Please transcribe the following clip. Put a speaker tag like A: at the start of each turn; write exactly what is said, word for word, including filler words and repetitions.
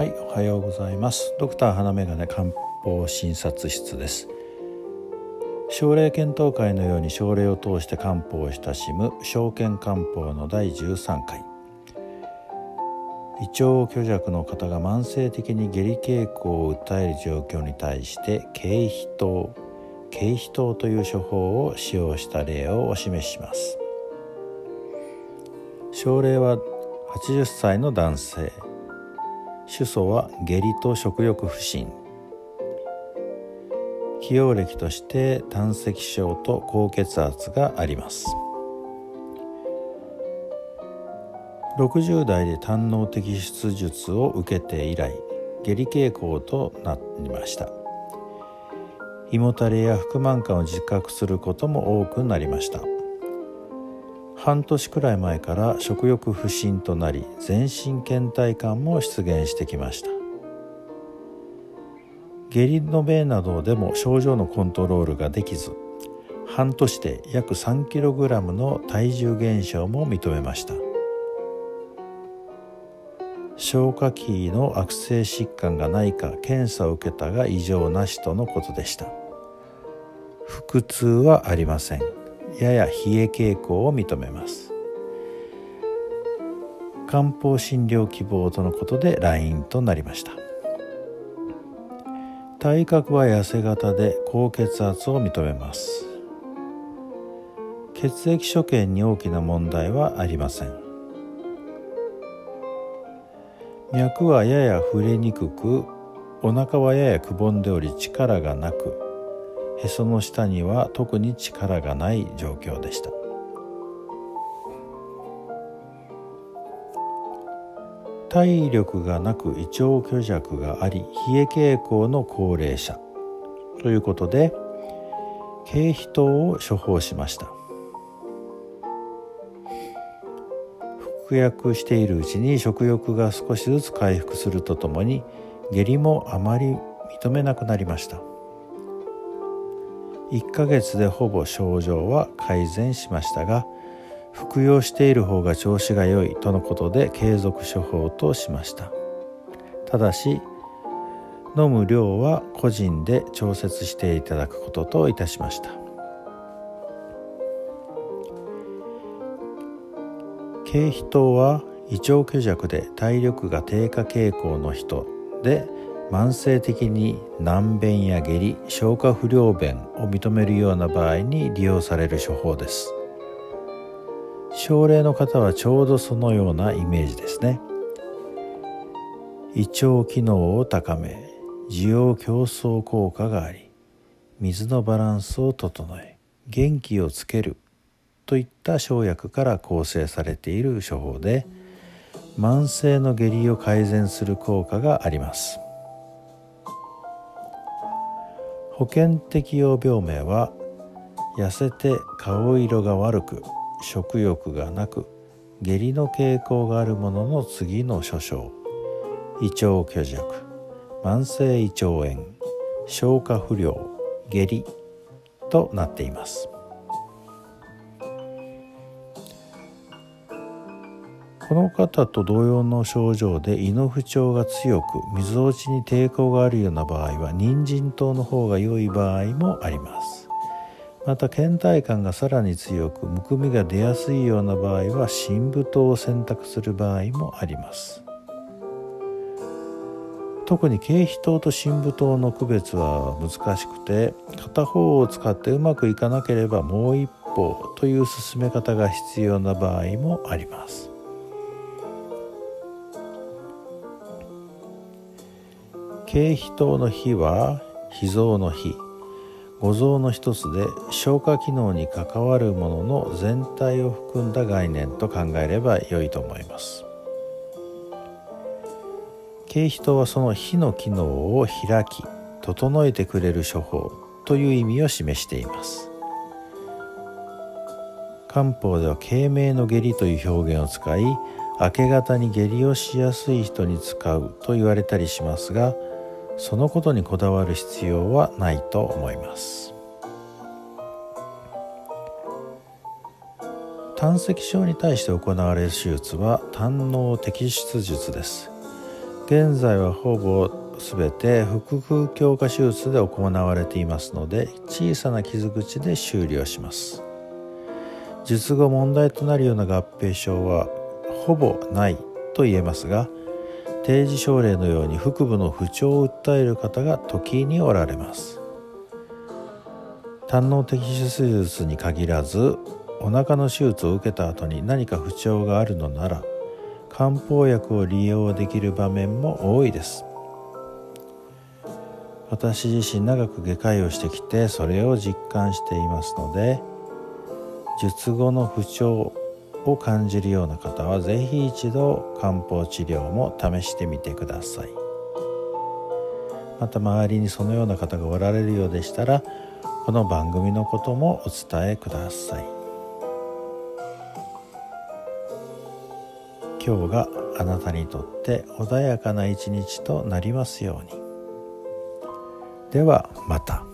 A: はい、おはようございます。ドクター花眼鏡漢方診察室です。症例検討会のように症例を通して漢方を親しむ症検漢方のだいじゅうさんかい。胃腸虚弱の方が慢性的に下痢傾向を訴える状況に対して経皮湯経皮湯という処方を使用した例をお示しします。症例ははちじゅっさいの男性、主訴は下痢と食欲不振、既往歴として胆石症と高血圧があります。ろくじゅうだいで胆のう摘出術を受けて以来、下痢傾向となりました。胃もたれや腹満感を自覚することも多くなりました。半年くらい前から食欲不振となり、全身倦怠感も出現してきました。下痢の便などでも症状のコントロールができず、半年で約 さんキログラム の体重減少も認めました。消化器の悪性疾患がないか検査を受けたが異常なしとのことでした。腹痛はありません。やや冷え傾向を認めます。漢方診療希望とのことで ライン となりました。体格は痩せ型で高血圧を認めます。血液所見に大きな問題はありません。脈はやや触れにくく、お腹はややくぼんでおり力がなく、へその下には特に力がない状況でした。体力がなく胃腸虚弱があり、冷え傾向の高齢者ということで経皮湯を処方しました。服薬しているうちに食欲が少しずつ回復するとともに、下痢もあまり認めなくなりました。いっかげつでほぼ症状は改善しましたが、服用している方が調子が良いとのことで継続処方としました。ただし飲む量は個人で調節していただくことといたしました。経皮湯は胃腸虚弱で体力が低下傾向の人で、慢性的に軟便や下痢、消化不良便を認めるような場合に利用される処方です。症例の方はちょうどそのようなイメージですね。胃腸機能を高め、滋養強壮効果があり、水のバランスを整え、元気をつけるといった生薬から構成されている処方で、慢性の下痢を改善する効果があります。保険適用病名は、痩せて顔色が悪く、食欲がなく、下痢の傾向があるものの次の諸症、胃腸虚弱、慢性胃腸炎、消化不良、下痢となっています。この方と同様の症状で胃の不調が強く、みぞおちに抵抗があるような場合は人参糖の方が良い場合もあります。また倦怠感がさらに強く、むくみが出やすいような場合は真武糖を選択する場合もあります。特に経皮湯と真武糖の区別は難しくて、片方を使ってうまくいかなければもう一方という進め方が必要な場合もあります。経皮湯の火は脾臓の火、五臓の一つで消化機能に関わるものの全体を含んだ概念と考えれば良いと思います。経皮湯はその火の機能を開き整えてくれる処方という意味を示しています。漢方では軽明の下痢という表現を使い、明け方に下痢をしやすい人に使うと言われたりしますが、そのことにこだわる必要はないと思います。胆石症に対して行われる手術は胆のう摘出術です。 現在はほぼすべて腹腔鏡下手術で行われていますので、小さな傷口で修理をします。術後問題となるような合併症はほぼないと言えますが、定時症例のように腹部の不調を訴える方が時におられます。胆のう摘出手術に限らず、お腹の手術を受けた後に何か不調があるのなら、漢方薬を利用できる場面も多いです。私自身長く外科医をしてきて、それを実感していますので、術後の不調を感じるような方はぜひ一度漢方治療も試してみてください。また周りにそのような方がおられるようでしたら、この番組のこともお伝えください。今日があなたにとって穏やかな一日となりますように。ではまた。